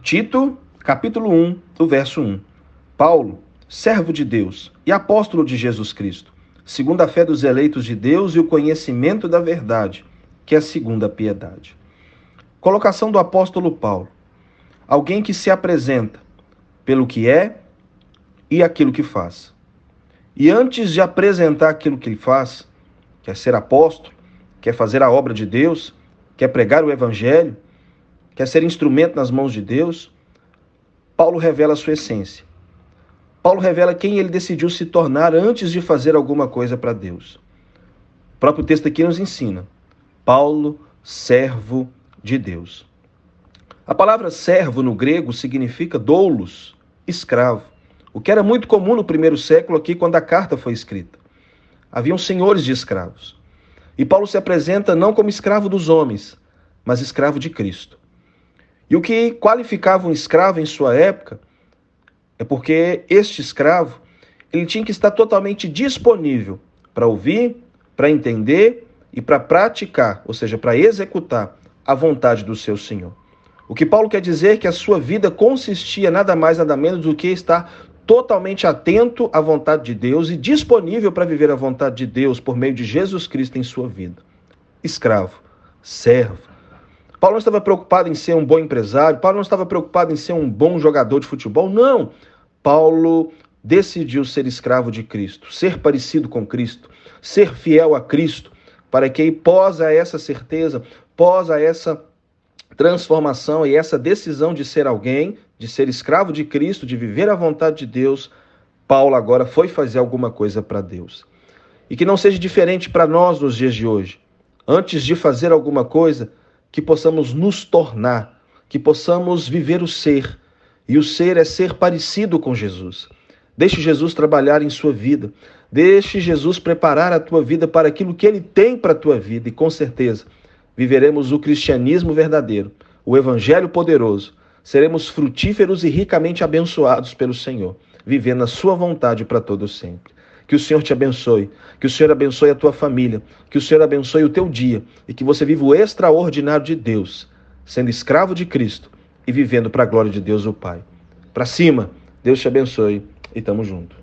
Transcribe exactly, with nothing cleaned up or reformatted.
Tito, capítulo um, do verso um. Paulo, servo de Deus e apóstolo de Jesus Cristo, segundo a fé dos eleitos de Deus e o conhecimento da verdade, que é segundo a piedade. Colocação do apóstolo Paulo. Alguém que se apresenta pelo que é e aquilo que faz. E antes de apresentar aquilo que ele faz, quer ser apóstolo, quer fazer a obra de Deus, quer pregar o evangelho, quer ser instrumento nas mãos de Deus, Paulo revela a sua essência. Paulo revela quem ele decidiu se tornar antes de fazer alguma coisa para Deus. O próprio texto aqui nos ensina. Paulo, servo de Deus. A palavra servo no grego significa doulos, escravo, o que era muito comum no primeiro século aqui quando a carta foi escrita. Haviam senhores de escravos. E Paulo se apresenta não como escravo dos homens, mas escravo de Cristo. E o que qualificava um escravo em sua época é porque este escravo ele tinha que estar totalmente disponível para ouvir, para entender e para praticar, ou seja, para executar a vontade do seu Senhor. O que Paulo quer dizer é que a sua vida consistia nada mais, nada menos do que estar totalmente atento à vontade de Deus e disponível para viver a vontade de Deus por meio de Jesus Cristo em sua vida. Escravo, servo. Paulo não estava preocupado em ser um bom empresário, Paulo não estava preocupado em ser um bom jogador de futebol, não. Paulo decidiu ser escravo de Cristo, ser parecido com Cristo, ser fiel a Cristo, para que pós a essa certeza, pós a essa transformação e essa decisão de ser alguém, de ser escravo de Cristo, de viver a vontade de Deus, Paulo agora foi fazer alguma coisa para Deus. E que não seja diferente para nós nos dias de hoje. Antes de fazer alguma coisa, que possamos nos tornar, que possamos viver o ser. E o ser é ser parecido com Jesus. Deixe Jesus trabalhar em sua vida. Deixe Jesus preparar a tua vida para aquilo que Ele tem para a tua vida. E com certeza, viveremos o cristianismo verdadeiro, o evangelho poderoso. Seremos frutíferos e ricamente abençoados pelo Senhor, vivendo a sua vontade para todo sempre. Que o Senhor te abençoe, que o Senhor abençoe a tua família, que o Senhor abençoe o teu dia e que você viva o extraordinário de Deus, sendo escravo de Cristo e vivendo para a glória de Deus o Pai. Para cima, Deus te abençoe e tamo junto.